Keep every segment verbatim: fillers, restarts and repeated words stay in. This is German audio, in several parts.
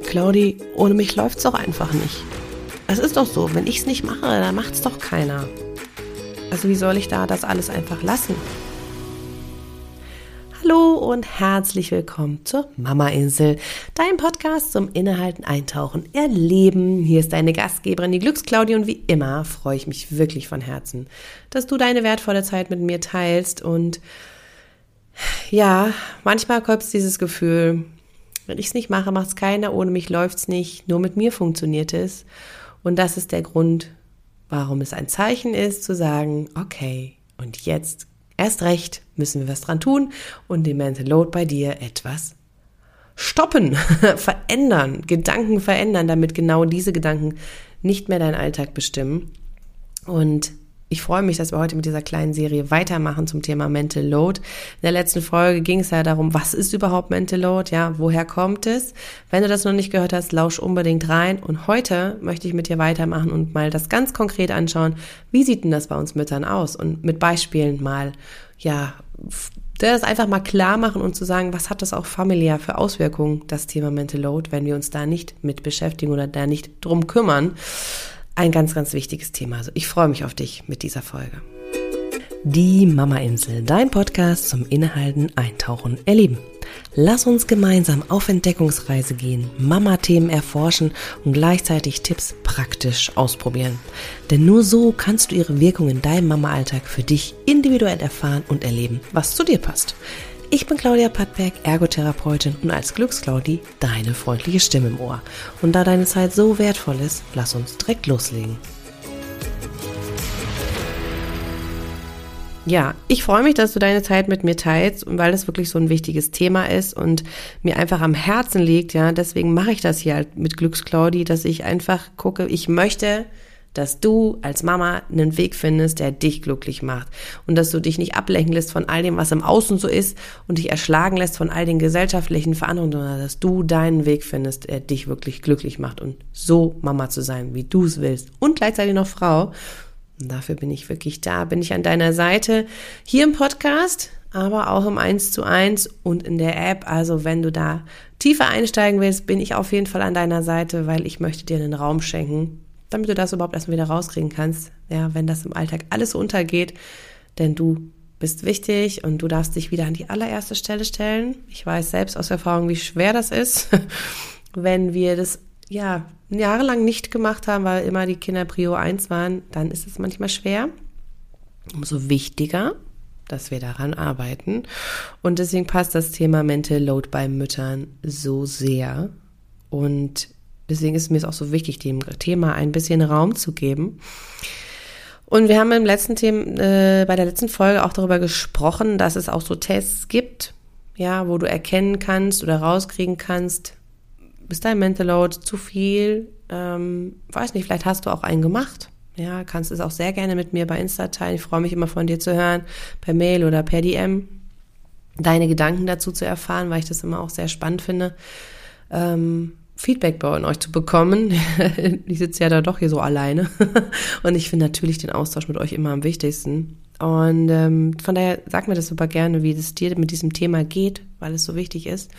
Claudi, ohne mich läuft's doch einfach nicht. Es ist doch so, wenn ich's nicht mache, dann macht's doch keiner. Also wie soll ich da das alles einfach lassen? Hallo und herzlich willkommen zur Mama-Insel, dein Podcast zum Innehalten, Eintauchen, Erleben. Hier ist deine Gastgeberin, die Glücks-Claudi, und wie immer freue ich mich wirklich von Herzen, dass du deine wertvolle Zeit mit mir teilst. Und ja, manchmal kommt dieses Gefühl, wenn ich es nicht mache, macht es keiner, ohne mich läuft's nicht, nur mit mir funktioniert es. Und das ist der Grund, warum es ein Zeichen ist, zu sagen, okay, und jetzt erst recht müssen wir was dran tun und den Mental Load bei dir etwas stoppen, verändern, Gedanken verändern, damit genau diese Gedanken nicht mehr deinen Alltag bestimmen. Und ich freue mich, dass wir heute mit dieser kleinen Serie weitermachen zum Thema Mental Load. In der letzten Folge ging es ja darum, was ist überhaupt Mental Load? Ja, woher kommt es? Wenn du das noch nicht gehört hast, lausch unbedingt rein. Und heute möchte ich mit dir weitermachen und mal das ganz konkret anschauen. Wie sieht denn das bei uns Müttern aus? Und mit Beispielen mal, ja, das einfach mal klar machen und zu sagen, was hat das auch familiär für Auswirkungen, das Thema Mental Load, wenn wir uns da nicht mit beschäftigen oder da nicht drum kümmern. Ein ganz, ganz wichtiges Thema. Also ich freue mich auf dich mit dieser Folge. Die Mama-Insel, dein Podcast zum Innehalten, Eintauchen, Erleben. Lass uns gemeinsam auf Entdeckungsreise gehen, Mama-Themen erforschen und gleichzeitig Tipps praktisch ausprobieren. Denn nur so kannst du ihre Wirkung in deinem Mama-Alltag für dich individuell erfahren und erleben, was zu dir passt. Ich bin Claudia Pattberg, Ergotherapeutin und als Glücks-Claudi deine freundliche Stimme im Ohr. Und da deine Zeit so wertvoll ist, lass uns direkt loslegen. Ja, ich freue mich, dass du deine Zeit mit mir teilst, und weil das wirklich so ein wichtiges Thema ist und mir einfach am Herzen liegt, ja, deswegen mache ich das hier halt mit Glücks-Claudi, dass ich einfach gucke, ich möchte, dass du als Mama einen Weg findest, der dich glücklich macht und dass du dich nicht ablenken lässt von all dem, was im Außen so ist und dich erschlagen lässt von all den gesellschaftlichen Veränderungen, sondern dass du deinen Weg findest, der dich wirklich glücklich macht und so Mama zu sein, wie du es willst und gleichzeitig noch Frau. Und dafür bin ich wirklich da, bin ich an deiner Seite, hier im Podcast, aber auch im eins zu eins und in der App. Also wenn du da tiefer einsteigen willst, bin ich auf jeden Fall an deiner Seite, weil ich möchte dir einen Raum schenken, damit du das überhaupt erstmal wieder rauskriegen kannst, ja, wenn das im Alltag alles so untergeht, denn du bist wichtig und du darfst dich wieder an die allererste Stelle stellen. Ich weiß selbst aus Erfahrung, wie schwer das ist, wenn wir das, ja, jahrelang nicht gemacht haben, weil immer die Kinder Prio eins waren, dann ist es manchmal schwer. Umso wichtiger, dass wir daran arbeiten, und deswegen passt das Thema Mental Load bei Müttern so sehr, und deswegen ist es mir auch so wichtig, dem Thema ein bisschen Raum zu geben. Und wir haben im letzten Thema, äh, bei der letzten Folge auch darüber gesprochen, dass es auch so Tests gibt, ja, wo du erkennen kannst oder rauskriegen kannst, ist dein Mental Load zu viel? Ähm, weiß nicht, vielleicht hast du auch einen gemacht. Ja, kannst es auch sehr gerne mit mir bei Insta teilen. Ich freue mich immer von dir zu hören, per Mail oder per D M, deine Gedanken dazu zu erfahren, weil ich das immer auch sehr spannend finde, ähm, Feedback bei euch zu bekommen. Ich sitze ja da doch hier so alleine und ich finde natürlich den Austausch mit euch immer am wichtigsten. Und ähm, von daher sag mir das super gerne, wie es dir mit diesem Thema geht, weil es so wichtig ist.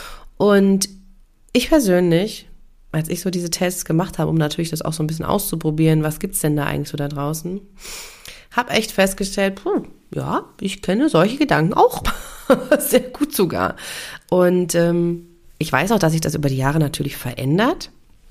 Und ich persönlich, als ich so diese Tests gemacht habe, um natürlich das auch so ein bisschen auszuprobieren, was gibt's denn da eigentlich so da draußen, habe echt festgestellt, puh, ja, ich kenne solche Gedanken auch sehr gut sogar. Und ähm, ich weiß auch, dass sich das über die Jahre natürlich verändert,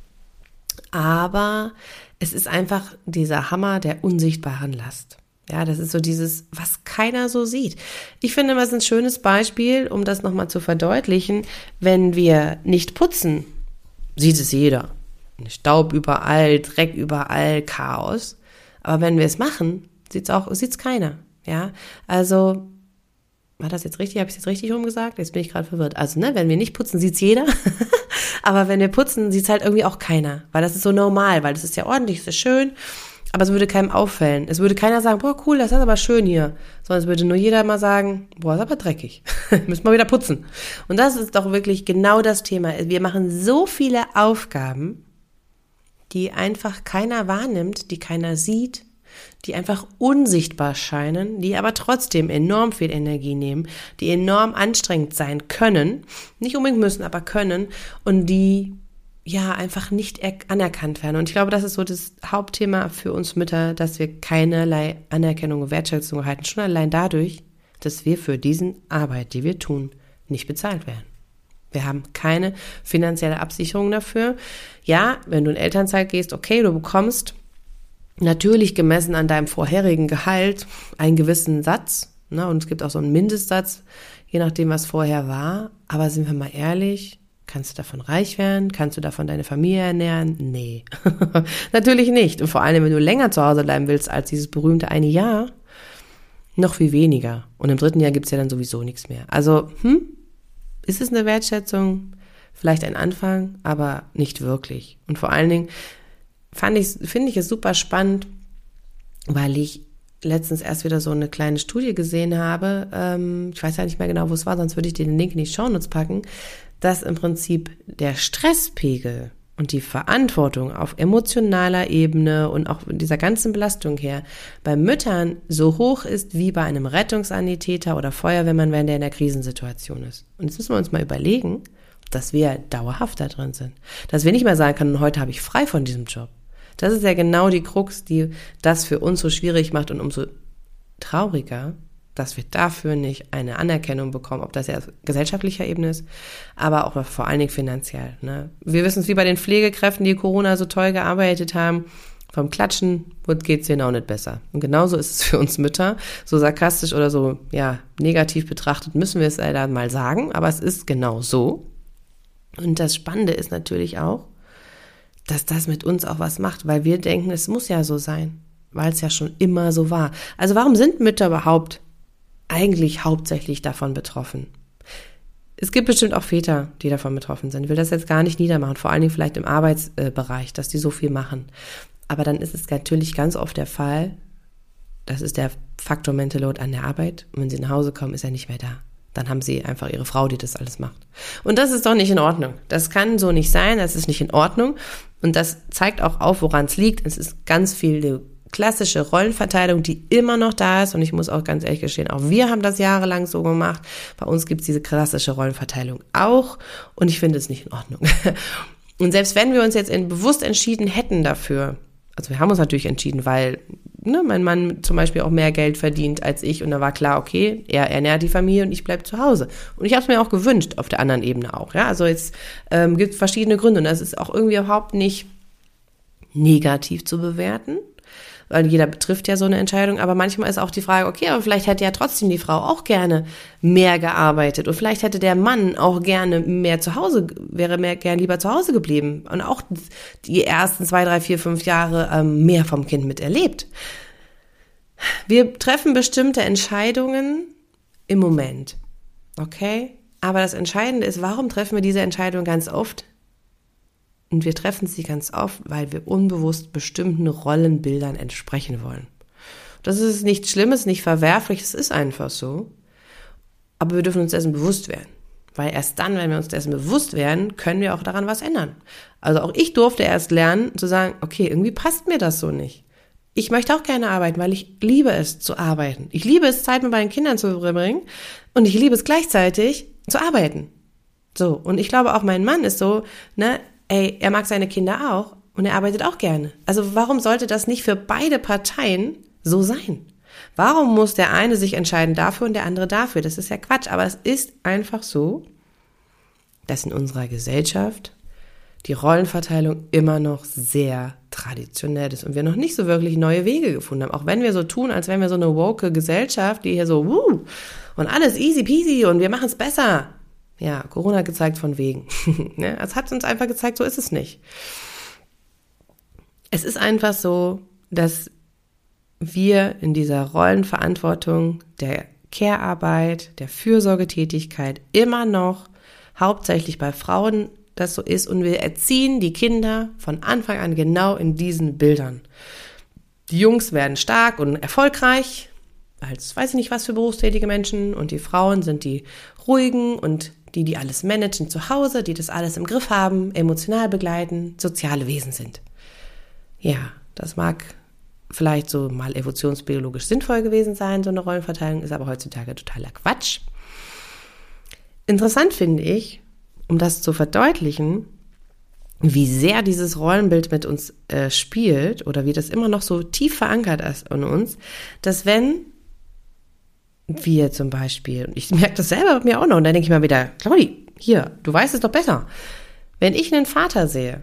aber es ist einfach dieser Hammer der unsichtbaren Last. Ja, das ist so dieses, was keiner so sieht. Ich finde, das ist ein schönes Beispiel, um das nochmal zu verdeutlichen. Wenn wir nicht putzen, sieht es jeder. Staub überall, Dreck überall, Chaos. Aber wenn wir es machen, sieht es auch, sieht's keiner. Ja, also, war das jetzt richtig? Habe ich es jetzt richtig rumgesagt? Jetzt bin ich gerade verwirrt. Also, ne, wenn wir nicht putzen, sieht's jeder. Aber wenn wir putzen, sieht's halt irgendwie auch keiner. Weil das ist so normal, weil das ist ja ordentlich, das ist schön. Aber es würde keinem auffallen. Es würde keiner sagen, boah, cool, das ist aber schön hier. Sondern es würde nur jeder mal sagen, boah, ist aber dreckig. Müssen wir wieder putzen. Und das ist doch wirklich genau das Thema. Wir machen so viele Aufgaben, die einfach keiner wahrnimmt, die keiner sieht, die einfach unsichtbar scheinen, die aber trotzdem enorm viel Energie nehmen, die enorm anstrengend sein können, nicht unbedingt müssen, aber können, und die ja, einfach nicht er- anerkannt werden. Und ich glaube, das ist so das Hauptthema für uns Mütter, dass wir keinerlei Anerkennung und Wertschätzung erhalten. Schon allein dadurch, dass wir für diesen Arbeit, die wir tun, nicht bezahlt werden. Wir haben keine finanzielle Absicherung dafür. Ja, wenn du in Elternzeit gehst, okay, du bekommst natürlich gemessen an deinem vorherigen Gehalt einen gewissen Satz, ne, und es gibt auch so einen Mindestsatz, je nachdem, was vorher war. Aber sind wir mal ehrlich, kannst du davon reich werden? Kannst du davon deine Familie ernähren? Nee, natürlich nicht. Und vor allem, wenn du länger zu Hause bleiben willst als dieses berühmte eine Jahr, noch viel weniger. Und im dritten Jahr gibt's ja dann sowieso nichts mehr. Also, hm, ist es eine Wertschätzung? Vielleicht ein Anfang, aber nicht wirklich. Und vor allen Dingen fand ich, finde ich es super spannend, weil ich letztens erst wieder so eine kleine Studie gesehen habe. Ähm, ich weiß ja nicht mehr genau, wo es war, sonst würde ich dir den Link in die Shownotes packen, dass im Prinzip der Stresspegel und die Verantwortung auf emotionaler Ebene und auch dieser ganzen Belastung her bei Müttern so hoch ist wie bei einem Rettungssanitäter oder Feuerwehrmann, wenn der in der Krisensituation ist. Und jetzt müssen wir uns mal überlegen, dass wir dauerhaft da drin sind. Dass wir nicht mehr sagen können, heute habe ich frei von diesem Job. Das ist ja genau die Krux, die das für uns so schwierig macht und umso trauriger, dass wir dafür nicht eine Anerkennung bekommen, ob das ja auf gesellschaftlicher Ebene ist, aber auch vor allen Dingen finanziell. Ne? Wir wissen es wie bei den Pflegekräften, die Corona so toll gearbeitet haben, vom Klatschen geht's denen auch nicht besser. Und genauso ist es für uns Mütter, so sarkastisch oder so ja negativ betrachtet, müssen wir es leider mal sagen, aber es ist genau so. Und das Spannende ist natürlich auch, dass das mit uns auch was macht, weil wir denken, es muss ja so sein, weil es ja schon immer so war. Also warum sind Mütter überhaupt eigentlich hauptsächlich davon betroffen? Es gibt bestimmt auch Väter, die davon betroffen sind. Ich will das jetzt gar nicht niedermachen, vor allen Dingen vielleicht im Arbeitsbereich, dass die so viel machen. Aber dann ist es natürlich ganz oft der Fall, das ist der Faktor Mental Load an der Arbeit. Und wenn sie nach Hause kommen, ist er nicht mehr da. Dann haben sie einfach ihre Frau, die das alles macht. Und das ist doch nicht in Ordnung. Das kann so nicht sein, das ist nicht in Ordnung. Und das zeigt auch auf, woran es liegt. Es ist ganz viel die klassische Rollenverteilung, die immer noch da ist. Und ich muss auch ganz ehrlich gestehen, auch wir haben das jahrelang so gemacht. Bei uns gibt es diese klassische Rollenverteilung auch. Und ich finde es nicht in Ordnung. Und selbst wenn wir uns jetzt bewusst entschieden hätten dafür, also wir haben uns natürlich entschieden, weil ne, mein Mann zum Beispiel auch mehr Geld verdient als ich und da war klar, okay, er ernährt die Familie und ich bleibe zu Hause. Und ich habe es mir auch gewünscht, auf der anderen Ebene auch. Ja, also es ähm, gibt verschiedene Gründe und das ist auch irgendwie überhaupt nicht negativ zu bewerten, weil jeder betrifft ja so eine Entscheidung, aber manchmal ist auch die Frage, okay, aber vielleicht hätte ja trotzdem die Frau auch gerne mehr gearbeitet und vielleicht hätte der Mann auch gerne mehr zu Hause, wäre mehr gern lieber zu Hause geblieben und auch die ersten zwei, drei, vier, fünf Jahre ähm, mehr vom Kind miterlebt. Wir treffen bestimmte Entscheidungen im Moment, okay? Aber das Entscheidende ist, warum treffen wir diese Entscheidung ganz oft? Und wir treffen sie ganz oft, weil wir unbewusst bestimmten Rollenbildern entsprechen wollen. Das ist nichts Schlimmes, nicht verwerflich, es ist einfach so. Aber wir dürfen uns dessen bewusst werden. Weil erst dann, wenn wir uns dessen bewusst werden, können wir auch daran was ändern. Also auch ich durfte erst lernen, zu sagen, okay, irgendwie passt mir das so nicht. Ich möchte auch gerne arbeiten, weil ich liebe es zu arbeiten. Ich liebe es, Zeit mit meinen Kindern zu verbringen und ich liebe es gleichzeitig zu arbeiten. So, und ich glaube auch mein Mann ist so, ne, ey, er mag seine Kinder auch und er arbeitet auch gerne. Also warum sollte das nicht für beide Parteien so sein? Warum muss der eine sich entscheiden dafür und der andere dafür? Das ist ja Quatsch, aber es ist einfach so, dass in unserer Gesellschaft die Rollenverteilung immer noch sehr traditionell ist und wir noch nicht so wirklich neue Wege gefunden haben. Auch wenn wir so tun, als wären wir so eine woke Gesellschaft, die hier so, wuh, und alles easy peasy und wir machen es besser. Ja, Corona hat gezeigt von wegen. Es hat uns einfach gezeigt, so ist es nicht. Es ist einfach so, dass wir in dieser Rollenverantwortung der Care-Arbeit, der Fürsorgetätigkeit immer noch hauptsächlich bei Frauen das so ist und wir erziehen die Kinder von Anfang an genau in diesen Bildern. Die Jungs werden stark und erfolgreich, als weiß ich nicht was für berufstätige Menschen und die Frauen sind die ruhigen und die, die alles managen zu Hause, die das alles im Griff haben, emotional begleiten, soziale Wesen sind. Ja, das mag vielleicht so mal evolutionsbiologisch sinnvoll gewesen sein, so eine Rollenverteilung, ist aber heutzutage totaler Quatsch. Interessant finde ich, um das zu verdeutlichen, wie sehr dieses Rollenbild mit uns äh, spielt oder wie das immer noch so tief verankert ist in uns, dass wenn wir zum Beispiel, und ich merke das selber bei mir auch noch, und dann denke ich mal wieder, Claudi, hier, du weißt es doch besser. Wenn ich einen Vater sehe,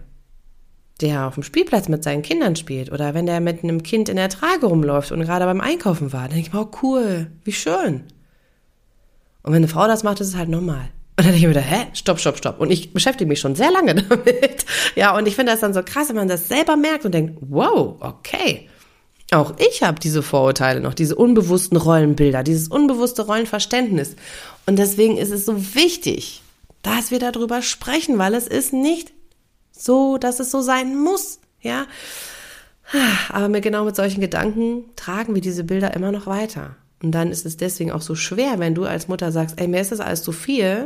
der auf dem Spielplatz mit seinen Kindern spielt oder wenn der mit einem Kind in der Trage rumläuft und gerade beim Einkaufen war, dann denke ich mir, oh cool, wie schön. Und wenn eine Frau das macht, ist es halt normal. Und dann denke ich mir wieder, hä, stopp, stopp, stopp. Und ich beschäftige mich schon sehr lange damit. Ja, und ich finde das dann so krass, wenn man das selber merkt und denkt, wow, okay. Auch ich habe diese Vorurteile noch, diese unbewussten Rollenbilder, dieses unbewusste Rollenverständnis. Und deswegen ist es so wichtig, dass wir darüber sprechen, weil es ist nicht so, dass es so sein muss, ja. Aber mir genau mit solchen Gedanken tragen wir diese Bilder immer noch weiter. Und dann ist es deswegen auch so schwer, wenn du als Mutter sagst, ey, mir ist das alles zu viel,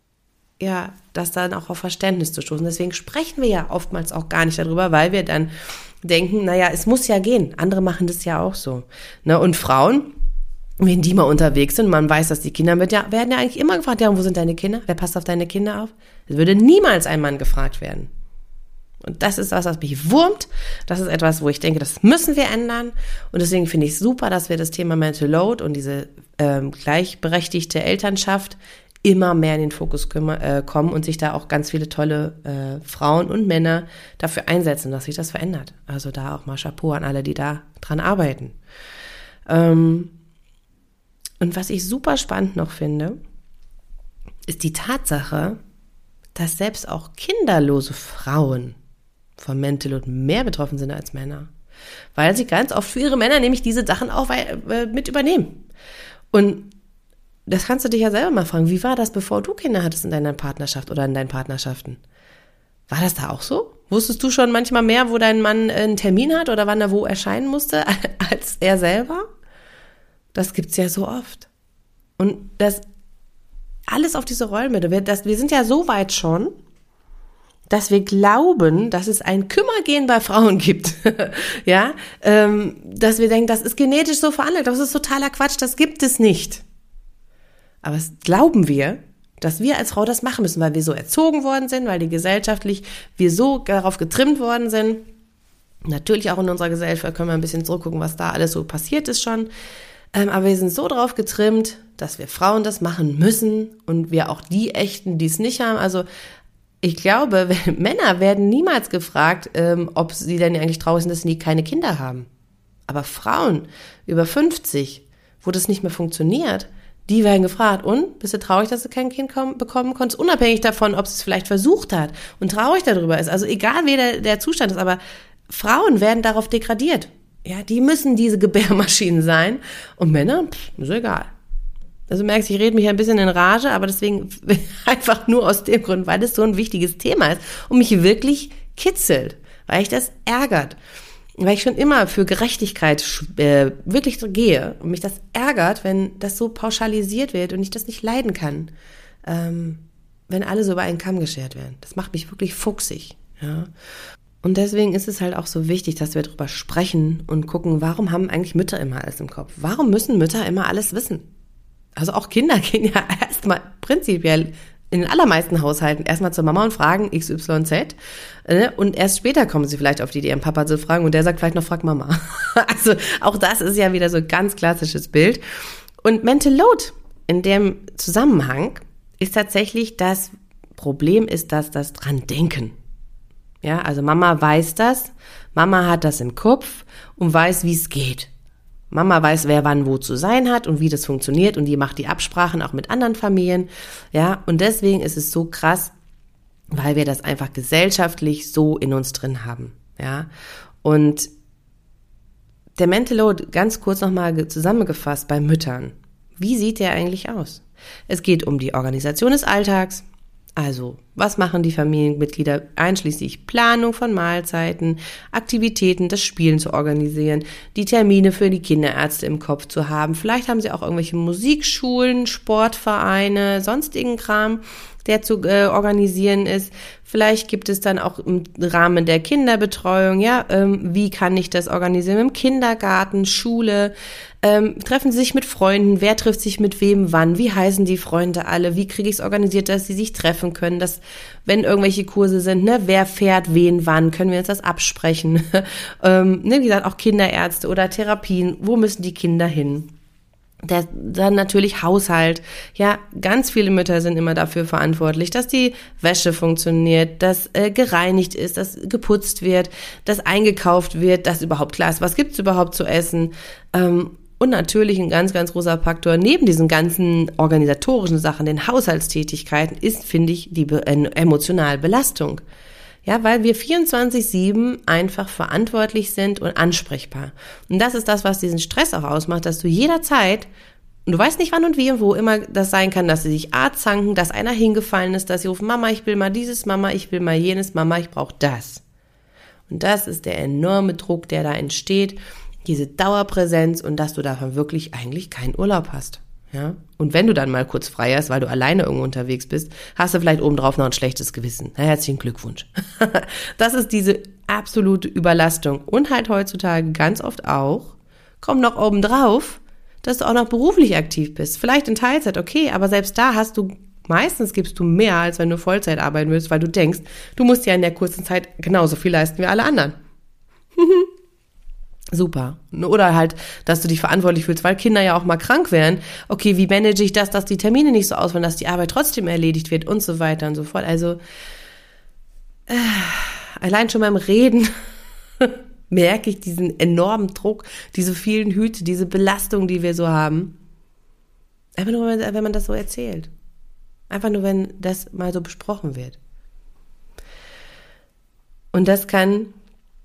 ja, das dann auch auf Verständnis zu stoßen. Deswegen sprechen wir ja oftmals auch gar nicht darüber, weil wir dann denken, naja, es muss ja gehen. Andere machen das ja auch so. Ne? Und Frauen, wenn die mal unterwegs sind, man weiß, dass die Kinder mit, ja, werden ja eigentlich immer gefragt, ja, wo sind deine Kinder? Wer passt auf deine Kinder auf? Es würde niemals ein Mann gefragt werden. Und das ist was, was mich wurmt. Das ist etwas, wo ich denke, das müssen wir ändern. Und deswegen finde ich super, dass wir das Thema Mental Load und diese ähm, gleichberechtigte Elternschaft immer mehr in den Fokus kümmer, äh, kommen und sich da auch ganz viele tolle äh, Frauen und Männer dafür einsetzen, dass sich das verändert. Also da auch mal Chapeau an alle, die da dran arbeiten. Ähm, und was ich super spannend noch finde, ist die Tatsache, dass selbst auch kinderlose Frauen vom Mental Load mehr betroffen sind als Männer. Weil sie ganz oft für ihre Männer nämlich diese Sachen auch äh, mit übernehmen. Und das kannst du dich ja selber mal fragen, wie war das, bevor du Kinder hattest in deiner Partnerschaft oder in deinen Partnerschaften? War das da auch so? Wusstest du schon manchmal mehr, wo dein Mann einen Termin hat oder wann er wo erscheinen musste, als er selber? Das gibt's ja so oft. Und das alles auf diese Rollenbilder, wir, das, wir sind ja so weit schon, dass wir glauben, dass es ein Kümmergen bei Frauen gibt, ja, ähm, dass wir denken, das ist genetisch so veranlagt, das ist totaler Quatsch, das gibt es nicht. Aber es glauben wir, dass wir als Frau das machen müssen, weil wir so erzogen worden sind, weil die gesellschaftlich wir so darauf getrimmt worden sind. Natürlich auch in unserer Gesellschaft können wir ein bisschen zurückgucken, was da alles so passiert ist schon. Ähm, aber wir sind so darauf getrimmt, dass wir Frauen das machen müssen und wir auch die Echten, die es nicht haben. Also ich glaube, Männer werden niemals gefragt, ähm, ob sie denn eigentlich traurig sind, dass sie keine Kinder haben. Aber Frauen über fünfzig, wo das nicht mehr funktioniert, die werden gefragt, und bist du traurig, dass du kein Kind kommen, bekommen konntest, unabhängig davon, ob sie es vielleicht versucht hat und traurig darüber ist. Also egal, wie der, der Zustand ist, aber Frauen werden darauf degradiert. Ja, die müssen diese Gebärmaschinen sein und Männer, pff, ist egal. Also merkst du, ich rede mich ein bisschen in Rage, aber deswegen einfach nur aus dem Grund, weil das so ein wichtiges Thema ist und mich wirklich kitzelt, weil ich das ärgert. Weil ich schon immer für Gerechtigkeit äh, wirklich so gehe und mich das ärgert, wenn das so pauschalisiert wird und ich das nicht leiden kann, ähm, wenn alle so über einen Kamm geschert werden. Das macht mich wirklich fuchsig. Ja. Und deswegen ist es halt auch so wichtig, dass wir darüber sprechen und gucken, warum haben eigentlich Mütter immer alles im Kopf? Warum müssen Mütter immer alles wissen? Also auch Kinder gehen ja erstmal prinzipiell in den allermeisten Haushalten erstmal zur Mama und fragen X Y Z äh, und erst später kommen sie vielleicht auf die Idee, ihren Papa zu fragen und der sagt vielleicht noch, frag Mama. Also auch das ist ja wieder so ein ganz klassisches Bild. Und Mental Load in dem Zusammenhang ist tatsächlich das Problem ist, dass das dran denken. Ja, also Mama weiß das, Mama hat das im Kopf und weiß, wie es geht. Mama weiß, wer wann wo zu sein hat und wie das funktioniert und die macht die Absprachen auch mit anderen Familien, ja, und deswegen ist es so krass, weil wir das einfach gesellschaftlich so in uns drin haben, ja, und der Mental Load, ganz kurz nochmal zusammengefasst bei Müttern, wie sieht der eigentlich aus? Es geht um die Organisation des Alltags. Also, was machen die Familienmitglieder, einschließlich Planung von Mahlzeiten, Aktivitäten, das Spielen zu organisieren, die Termine für die Kinderärzte im Kopf zu haben. Vielleicht haben sie auch irgendwelche Musikschulen, Sportvereine, sonstigen Kram. der zu äh, organisieren ist. Vielleicht gibt es dann auch im Rahmen der Kinderbetreuung, ja, ähm, wie kann ich das organisieren im Kindergarten, Schule, ähm, treffen sie sich mit Freunden, wer trifft sich mit wem wann, wie heißen die Freunde alle, wie kriege ich es organisiert, dass sie sich treffen können, dass, wenn irgendwelche Kurse sind, ne, wer fährt wen wann, können wir uns das absprechen, ähm, ne, wie gesagt, auch Kinderärzte oder Therapien, wo müssen die Kinder hin? Der, dann natürlich Haushalt. Ja, ganz viele Mütter sind immer dafür verantwortlich, dass die Wäsche funktioniert, dass äh, gereinigt ist, dass geputzt wird, dass eingekauft wird, dass überhaupt klar ist, was gibt's überhaupt zu essen. Ähm, und natürlich ein ganz, ganz großer Faktor neben diesen ganzen organisatorischen Sachen, den Haushaltstätigkeiten, ist, finde ich, die be- äh, emotionale Belastung. Ja, weil wir vierundzwanzig sieben einfach verantwortlich sind und ansprechbar. Und das ist das, was diesen Stress auch ausmacht, dass du jederzeit, und du weißt nicht wann und wie und wo immer das sein kann, dass sie sich A zanken, dass einer hingefallen ist, dass sie rufen, Mama, ich will mal dieses, Mama, ich will mal jenes, Mama, ich brauche das. Und das ist der enorme Druck, der da entsteht, diese Dauerpräsenz und dass du davon wirklich eigentlich keinen Urlaub hast. Ja, und wenn du dann mal kurz frei hast, weil du alleine irgendwo unterwegs bist, hast du vielleicht obendrauf noch ein schlechtes Gewissen. Na, herzlichen Glückwunsch. Das ist diese absolute Überlastung. Und halt heutzutage ganz oft auch, kommt noch obendrauf, dass du auch noch beruflich aktiv bist. Vielleicht in Teilzeit, okay, aber selbst da hast du, meistens gibst du mehr, als wenn du Vollzeit arbeiten willst, weil du denkst, du musst ja in der kurzen Zeit genauso viel leisten wie alle anderen. Super. Oder halt, dass du dich verantwortlich fühlst, weil Kinder ja auch mal krank werden. Okay, wie manage ich das, dass die Termine nicht so ausfallen, dass die Arbeit trotzdem erledigt wird und so weiter und so fort. Also äh, allein schon beim Reden merke ich diesen enormen Druck, diese vielen Hüte, diese Belastung, die wir so haben. Einfach nur, wenn, wenn man das so erzählt. Einfach nur, wenn das mal so besprochen wird. Und das kann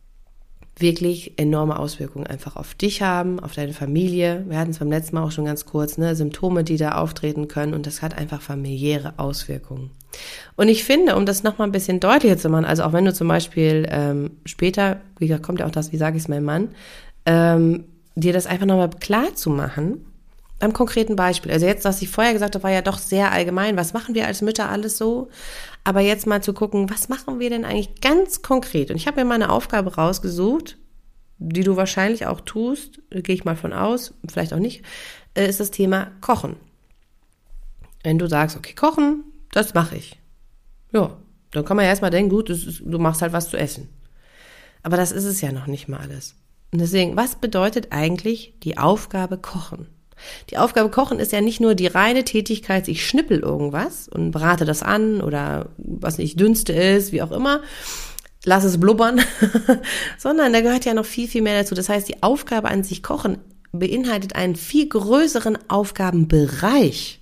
wirklich enorme Auswirkungen einfach auf dich haben, auf deine Familie. Wir hatten es beim letzten Mal auch schon ganz kurz, ne, Symptome, die da auftreten können, und das hat einfach familiäre Auswirkungen. Und ich finde, um das nochmal ein bisschen deutlicher zu machen, also auch wenn du zum Beispiel ähm, später, wie gesagt, kommt ja auch das, wie sage ich es meinem Mann, ähm, dir das einfach nochmal klar zu machen, am konkreten Beispiel. Also jetzt, was ich vorher gesagt habe, war ja doch sehr allgemein. Was machen wir als Mütter alles so? Aber jetzt mal zu gucken, was machen wir denn eigentlich ganz konkret? Und ich habe mir mal eine Aufgabe rausgesucht, die du wahrscheinlich auch tust, gehe ich mal von aus, vielleicht auch nicht, ist das Thema Kochen. Wenn du sagst, okay, Kochen, das mache ich. Ja, dann kann man ja erstmal denken, gut, ist, du machst halt was zu essen. Aber das ist es ja noch nicht mal alles. Und deswegen, was bedeutet eigentlich die Aufgabe Kochen? Die Aufgabe Kochen ist ja nicht nur die reine Tätigkeit, ich schnippel irgendwas und brate das an oder was nicht dünste ist, wie auch immer, lass es blubbern, sondern da gehört ja noch viel, viel mehr dazu. Das heißt, die Aufgabe an sich Kochen beinhaltet einen viel größeren Aufgabenbereich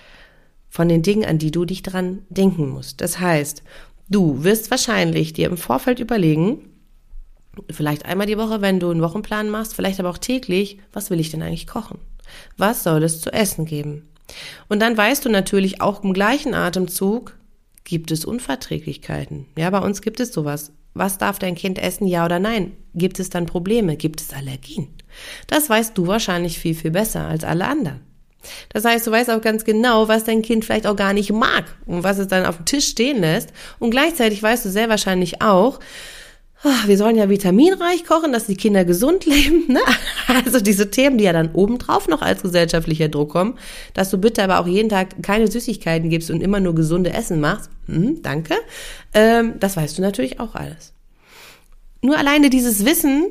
von den Dingen, an die du dich dran denken musst. Das heißt, du wirst wahrscheinlich dir im Vorfeld überlegen, vielleicht einmal die Woche, wenn du einen Wochenplan machst, vielleicht aber auch täglich, was will ich denn eigentlich kochen? Was soll es zu essen geben? Und dann weißt du natürlich auch im gleichen Atemzug, gibt es Unverträglichkeiten? Ja, bei uns gibt es sowas. Was darf dein Kind essen, ja oder nein? Gibt es dann Probleme? Gibt es Allergien? Das weißt du wahrscheinlich viel, viel besser als alle anderen. Das heißt, du weißt auch ganz genau, was dein Kind vielleicht auch gar nicht mag und was es dann auf dem Tisch stehen lässt. Und gleichzeitig weißt du sehr wahrscheinlich auch, wir sollen ja vitaminreich kochen, dass die Kinder gesund leben, ne? Also diese Themen, die ja dann obendrauf noch als gesellschaftlicher Druck kommen, dass du bitte aber auch jeden Tag keine Süßigkeiten gibst und immer nur gesunde Essen machst, hm, danke, ähm, das weißt du natürlich auch alles. Nur alleine dieses Wissen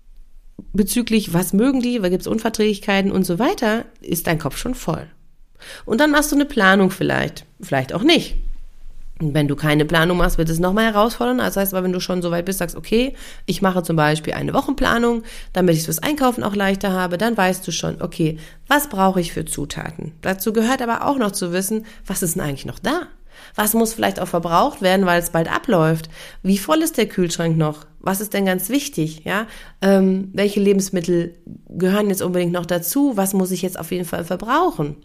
bezüglich, was mögen die, was gibt's Unverträglichkeiten und so weiter, ist dein Kopf schon voll. Und dann machst du eine Planung vielleicht, vielleicht auch nicht. Und wenn du keine Planung machst, wird es nochmal herausfordernd. Das heißt aber, wenn du schon so weit bist, sagst, okay, ich mache zum Beispiel eine Wochenplanung, damit ich es fürs Einkaufen auch leichter habe, dann weißt du schon, okay, was brauche ich für Zutaten? Dazu gehört aber auch noch zu wissen, was ist denn eigentlich noch da? Was muss vielleicht auch verbraucht werden, weil es bald abläuft? Wie voll ist der Kühlschrank noch? Was ist denn ganz wichtig? Ja, ähm, welche Lebensmittel gehören jetzt unbedingt noch dazu? Was muss ich jetzt auf jeden Fall verbrauchen?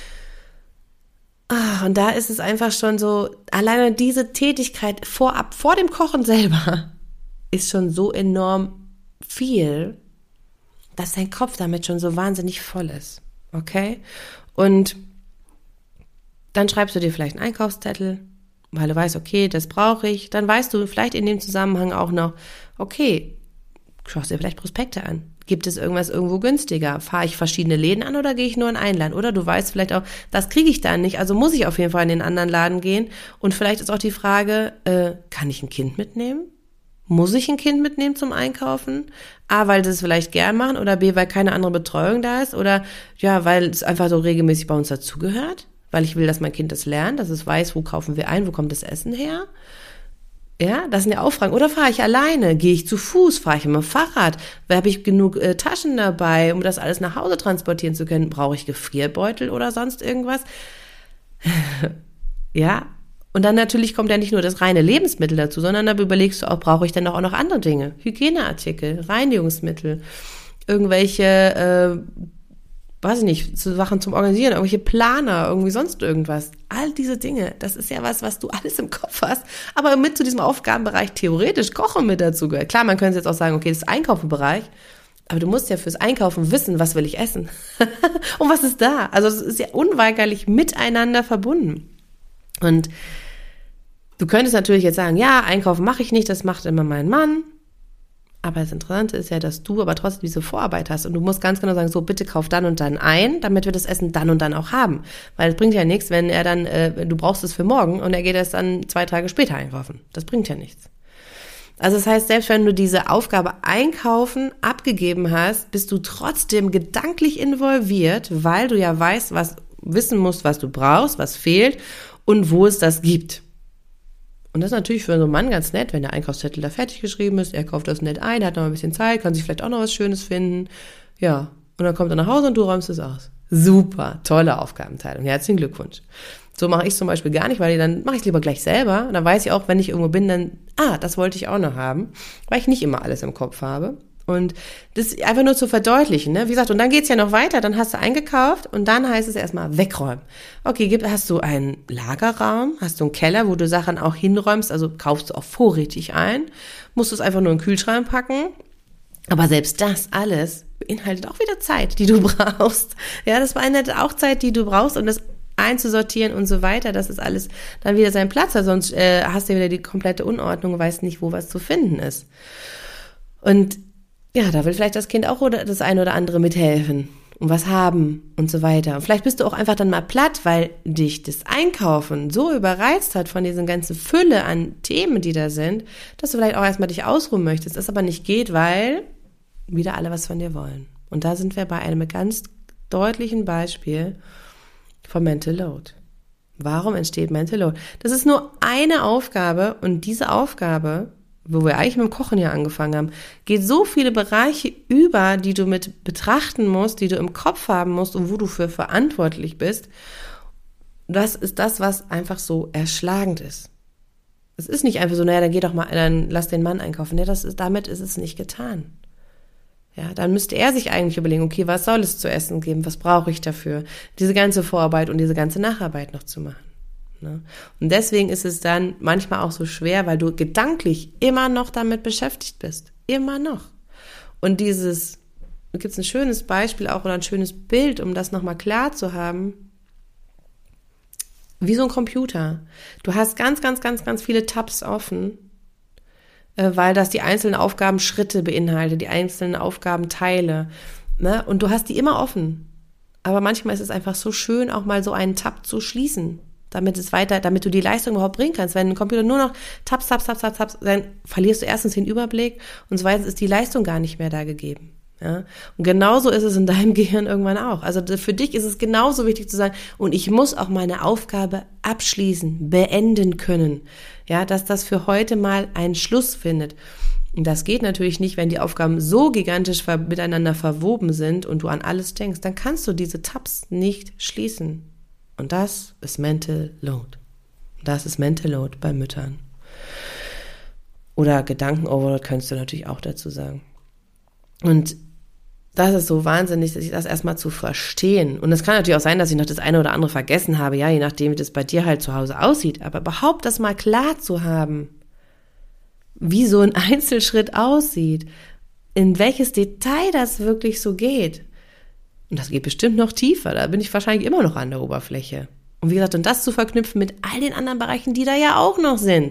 Ah, und da ist es einfach schon so, alleine diese Tätigkeit vorab, vor dem Kochen selber, ist schon so enorm viel, dass dein Kopf damit schon so wahnsinnig voll ist. Okay? Und Dann schreibst du dir vielleicht einen Einkaufszettel, weil du weißt, okay, das brauche ich. Dann weißt du vielleicht in dem Zusammenhang auch noch, okay, schaust dir vielleicht Prospekte an. Gibt es irgendwas irgendwo günstiger? Fahre ich verschiedene Läden an oder gehe ich nur in einen Laden? Oder du weißt vielleicht auch, das kriege ich da nicht, also muss ich auf jeden Fall in den anderen Laden gehen. Und vielleicht ist auch die Frage, äh, kann ich ein Kind mitnehmen? Muss ich ein Kind mitnehmen zum Einkaufen? A, weil sie es vielleicht gern machen oder B, weil keine andere Betreuung da ist oder ja, weil es einfach so regelmäßig bei uns dazugehört, weil ich will, dass mein Kind das lernt, dass es weiß, wo kaufen wir ein, wo kommt das Essen her? Ja, das sind ja auch Fragen. Oder fahre ich alleine? Gehe ich zu Fuß? Fahre ich mit dem Fahrrad? Habe ich genug äh, Taschen dabei, um das alles nach Hause transportieren zu können? Brauche ich Gefrierbeutel oder sonst irgendwas? Ja, und dann natürlich kommt ja nicht nur das reine Lebensmittel dazu, sondern da überlegst du auch, brauche ich denn auch noch andere Dinge? Hygieneartikel, Reinigungsmittel, irgendwelche, äh, weiß ich nicht, Sachen zum Organisieren, irgendwelche Planer, irgendwie sonst irgendwas. All diese Dinge, das ist ja was, was du alles im Kopf hast, aber mit zu diesem Aufgabenbereich theoretisch Kochen mit dazu gehört. Klar, man könnte jetzt auch sagen, okay, das ist Einkaufenbereich, aber du musst ja fürs Einkaufen wissen, was will ich essen und was ist da. Also es ist ja unweigerlich miteinander verbunden. Und du könntest natürlich jetzt sagen, ja, Einkaufen mache ich nicht, das macht immer mein Mann. Aber das Interessante ist ja, dass du aber trotzdem diese Vorarbeit hast und du musst ganz genau sagen, so bitte kauf dann und dann ein, damit wir das Essen dann und dann auch haben. Weil es bringt ja nichts, wenn er dann, äh, du brauchst es für morgen und er geht erst dann zwei Tage später einkaufen. Das bringt ja nichts. Also das heißt, selbst wenn du diese Aufgabe Einkaufen abgegeben hast, bist du trotzdem gedanklich involviert, weil du ja weißt, was wissen musst, was du brauchst, was fehlt und wo es das gibt. Und das ist natürlich für so einen Mann ganz nett, wenn der Einkaufszettel da fertig geschrieben ist, er kauft das nett ein, hat noch ein bisschen Zeit, kann sich vielleicht auch noch was Schönes finden. Ja, und dann kommt er nach Hause und du räumst es aus. Super, tolle Aufgabenteilung, herzlichen Glückwunsch. So mache ich zum Beispiel gar nicht, weil dann mache ich es lieber gleich selber. Und dann weiß ich auch, wenn ich irgendwo bin, dann, ah, das wollte ich auch noch haben, weil ich nicht immer alles im Kopf habe. Und das einfach nur zu verdeutlichen, ne? Wie gesagt, und dann geht's ja noch weiter, dann hast du eingekauft und dann heißt es erstmal wegräumen. Okay, hast du einen Lagerraum, hast du einen Keller, wo du Sachen auch hinräumst, also kaufst du auch vorrätig ein, musst du es einfach nur in den Kühlschrank packen. Aber selbst das alles beinhaltet auch wieder Zeit, die du brauchst. Ja, das beinhaltet auch Zeit, die du brauchst, um das einzusortieren und so weiter, dass es alles dann wieder seinen Platz hat, sonst äh, hast du wieder die komplette Unordnung und weißt nicht, wo was zu finden ist. Und ja, da will vielleicht das Kind auch oder das eine oder andere mithelfen und was haben und so weiter. Und vielleicht bist du auch einfach dann mal platt, weil dich das Einkaufen so überreizt hat von diesen ganzen Fülle an Themen, die da sind, dass du vielleicht auch erstmal dich ausruhen möchtest, das aber nicht geht, weil wieder alle was von dir wollen. Und da sind wir bei einem ganz deutlichen Beispiel von Mental Load. Warum entsteht Mental Load? Das ist nur eine Aufgabe und diese Aufgabe, wo wir eigentlich mit dem Kochen ja angefangen haben, geht so viele Bereiche über, die du mit betrachten musst, die du im Kopf haben musst und wo du für verantwortlich bist. Das ist das, was einfach so erschlagend ist. Es ist nicht einfach so, naja, dann geh doch mal, dann lass den Mann einkaufen. Ja, das ist, damit ist es nicht getan. Ja, dann müsste er sich eigentlich überlegen, okay, was soll es zu essen geben? Was brauche ich dafür? Diese ganze Vorarbeit und diese ganze Nacharbeit noch zu machen. Ne? Und deswegen ist es dann manchmal auch so schwer, weil du gedanklich immer noch damit beschäftigt bist. Immer noch. Und dieses, da gibt es ein schönes Beispiel auch oder ein schönes Bild, um das nochmal klar zu haben. Wie so ein Computer. Du hast ganz, ganz, ganz, ganz viele Tabs offen, äh, weil das die einzelnen Aufgabenschritte beinhaltet, die einzelnen Aufgabenteile. Ne? Und du hast die immer offen. Aber manchmal ist es einfach so schön, auch mal so einen Tab zu schließen, damit es weiter, damit du die Leistung überhaupt bringen kannst. Wenn ein Computer nur noch Tabs, Tabs, Tabs, Tabs, Tabs, dann verlierst du erstens den Überblick und zweitens ist die Leistung gar nicht mehr da gegeben. Ja? Und genauso ist es in deinem Gehirn irgendwann auch. Also für dich ist es genauso wichtig zu sagen, und ich muss auch meine Aufgabe abschließen, beenden können. Ja, dass das für heute mal einen Schluss findet. Und das geht natürlich nicht, wenn die Aufgaben so gigantisch ver- miteinander verwoben sind und du an alles denkst. Dann kannst du diese Tabs nicht schließen. Und das ist Mental Load. Das ist Mental Load bei Müttern. Oder Gedankenoverload könntest du natürlich auch dazu sagen. Und das ist so wahnsinnig, sich das erstmal zu verstehen. Und es kann natürlich auch sein, dass ich noch das eine oder andere vergessen habe, ja, je nachdem, wie das bei dir halt zu Hause aussieht. Aber überhaupt das mal klar zu haben, wie so ein Einzelschritt aussieht, in welches Detail das wirklich so geht. Und das geht bestimmt noch tiefer, da bin ich wahrscheinlich immer noch an der Oberfläche. Und wie gesagt, und das zu verknüpfen mit all den anderen Bereichen, die da ja auch noch sind.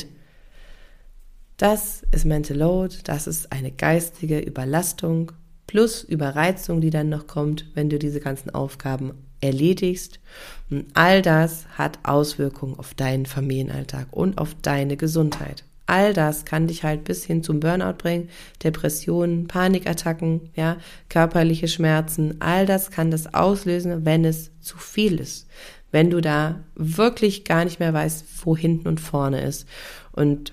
Das ist Mental Load, das ist eine geistige Überlastung plus Überreizung, die dann noch kommt, wenn du diese ganzen Aufgaben erledigst. Und all das hat Auswirkungen auf deinen Familienalltag und auf deine Gesundheit. All das kann dich halt bis hin zum Burnout bringen, Depressionen, Panikattacken, ja, körperliche Schmerzen. All das kann das auslösen, wenn es zu viel ist. Wenn du da wirklich gar nicht mehr weißt, wo hinten und vorne ist. Und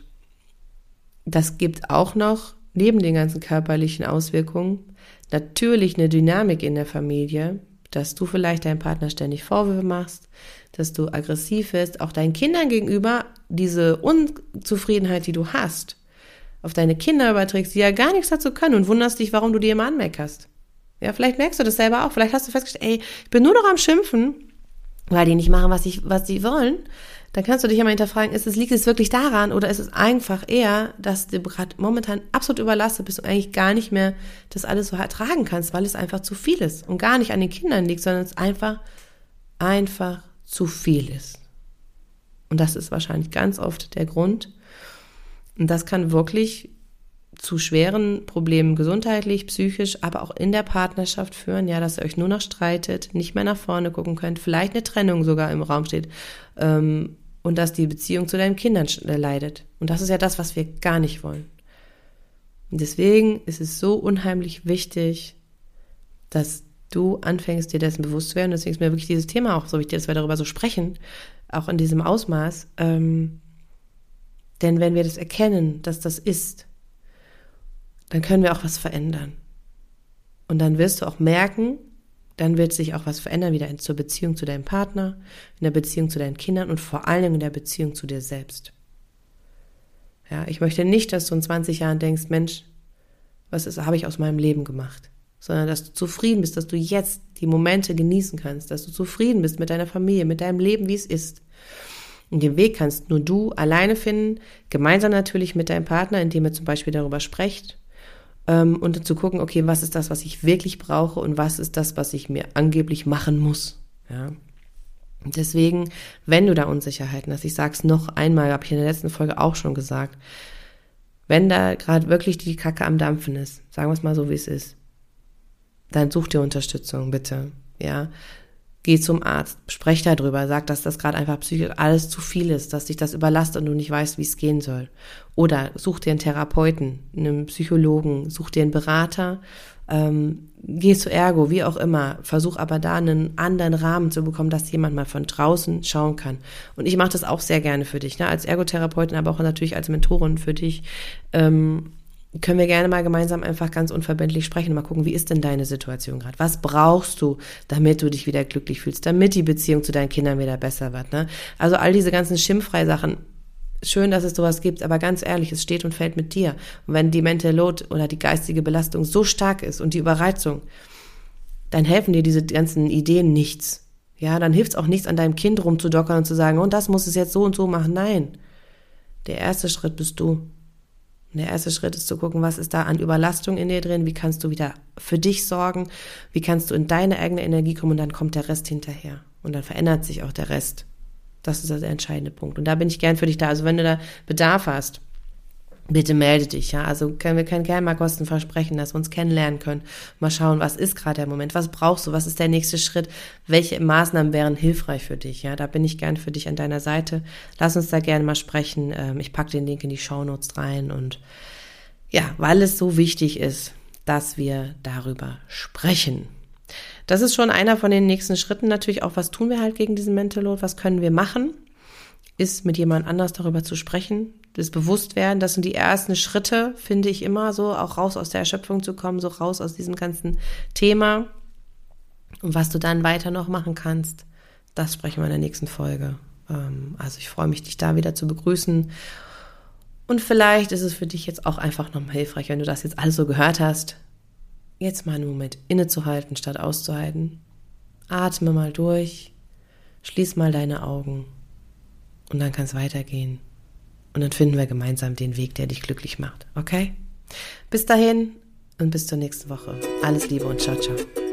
das gibt auch noch, neben den ganzen körperlichen Auswirkungen, natürlich eine Dynamik in der Familie, dass du vielleicht deinem Partner ständig Vorwürfe machst, dass du aggressiv bist, auch deinen Kindern gegenüber diese Unzufriedenheit, die du hast, auf deine Kinder überträgst, die ja gar nichts dazu können und wunderst dich, warum du dir immer anmeckerst. Ja, vielleicht merkst du das selber auch, vielleicht hast du festgestellt, ey, ich bin nur noch am Schimpfen, weil die nicht machen, was ich, was sie wollen. Dann kannst du dich immer hinterfragen, ist es, liegt es wirklich daran oder ist es einfach eher, dass du gerade momentan absolut überlastet bist und eigentlich gar nicht mehr das alles so ertragen kannst, weil es einfach zu viel ist und gar nicht an den Kindern liegt, sondern es einfach, einfach zu viel ist. Und das ist wahrscheinlich ganz oft der Grund. Und das kann wirklich zu schweren Problemen gesundheitlich, psychisch, aber auch in der Partnerschaft führen, ja, dass ihr euch nur noch streitet, nicht mehr nach vorne gucken könnt, vielleicht eine Trennung sogar im Raum steht, ähm, und dass die Beziehung zu deinen Kindern leidet. Und das ist ja das, was wir gar nicht wollen. Und deswegen ist es so unheimlich wichtig, dass du anfängst, dir dessen bewusst zu werden. Deswegen ist mir wirklich dieses Thema auch so wichtig, dass wir darüber so sprechen, auch in diesem Ausmaß. Ähm, denn wenn wir das erkennen, dass das ist, dann können wir auch was verändern. Und dann wirst du auch merken, dann wird sich auch was verändern, wieder in zur Beziehung zu deinem Partner, in der Beziehung zu deinen Kindern und vor allen Dingen in der Beziehung zu dir selbst. Ja, ich möchte nicht, dass du in zwanzig Jahren denkst, Mensch, was ist, habe ich aus meinem Leben gemacht? Sondern, dass du zufrieden bist, dass du jetzt die Momente genießen kannst, dass du zufrieden bist mit deiner Familie, mit deinem Leben, wie es ist. Und den Weg kannst nur du alleine finden, gemeinsam natürlich mit deinem Partner, indem ihr zum Beispiel darüber sprecht, und zu gucken, okay, was ist das, was ich wirklich brauche und was ist das, was ich mir angeblich machen muss. Ja. Und deswegen, wenn du da Unsicherheiten hast, ich sag's noch einmal, habe ich in der letzten Folge auch schon gesagt, wenn da gerade wirklich die Kacke am Dampfen ist, sagen wir es mal so, wie es ist, dann such dir Unterstützung, bitte. Ja. Geh zum Arzt, sprech darüber, sag, dass das gerade einfach psychisch alles zu viel ist, dass dich das überlastet und du nicht weißt, wie es gehen soll. Oder such dir einen Therapeuten, einen Psychologen, such dir einen Berater, ähm, geh zu Ergo, wie auch immer. Versuch aber da einen anderen Rahmen zu bekommen, dass jemand mal von draußen schauen kann. Und ich mache das auch sehr gerne für dich, ne? Als Ergotherapeutin, aber auch natürlich als Mentorin für dich. Ähm, können wir gerne mal gemeinsam einfach ganz unverbindlich sprechen, mal gucken, wie ist denn deine Situation gerade? Was brauchst du, damit du dich wieder glücklich fühlst, damit die Beziehung zu deinen Kindern wieder besser wird, ne? Also all diese ganzen schimpffreie Sachen, schön, dass es sowas gibt, aber ganz ehrlich, es steht und fällt mit dir. Und wenn die Mental Load oder die geistige Belastung so stark ist und die Überreizung, dann helfen dir diese ganzen Ideen nichts. Ja, dann hilft es auch nichts, an deinem Kind rumzudockern und zu sagen, und das muss es jetzt so und so machen. Nein, der erste Schritt bist du. Und der erste Schritt ist zu gucken, was ist da an Überlastung in dir drin, wie kannst du wieder für dich sorgen, wie kannst du in deine eigene Energie kommen und dann kommt der Rest hinterher. Und dann verändert sich auch der Rest. Das ist der entscheidende Punkt. Und da bin ich gern für dich da. Also wenn du da Bedarf hast, bitte melde dich. Ja, also können wir können gerne mal Kosten versprechen, dass wir uns kennenlernen können. Mal schauen, was ist gerade der Moment, was brauchst du, was ist der nächste Schritt, welche Maßnahmen wären hilfreich für dich. Ja, da bin ich gern für dich an deiner Seite. Lass uns da gerne mal sprechen. Ich packe den Link in die Shownotes rein und ja, weil es so wichtig ist, dass wir darüber sprechen. Das ist schon einer von den nächsten Schritten natürlich auch, was tun wir halt gegen diesen Mental Load, was können wir machen, ist mit jemand anders darüber zu sprechen, das Bewusstwerden, das sind die ersten Schritte, finde ich immer so, auch raus aus der Erschöpfung zu kommen, so raus aus diesem ganzen Thema. Und was du dann weiter noch machen kannst, das sprechen wir in der nächsten Folge. Also ich freue mich, dich da wieder zu begrüßen. Und vielleicht ist es für dich jetzt auch einfach nochmal hilfreich, wenn du das jetzt alles so gehört hast, jetzt mal einen Moment innezuhalten, statt auszuhalten. Atme mal durch, schließ mal deine Augen und dann kann es weitergehen. Und dann finden wir gemeinsam den Weg, der dich glücklich macht. Okay? Bis dahin und bis zur nächsten Woche. Alles Liebe und ciao, ciao.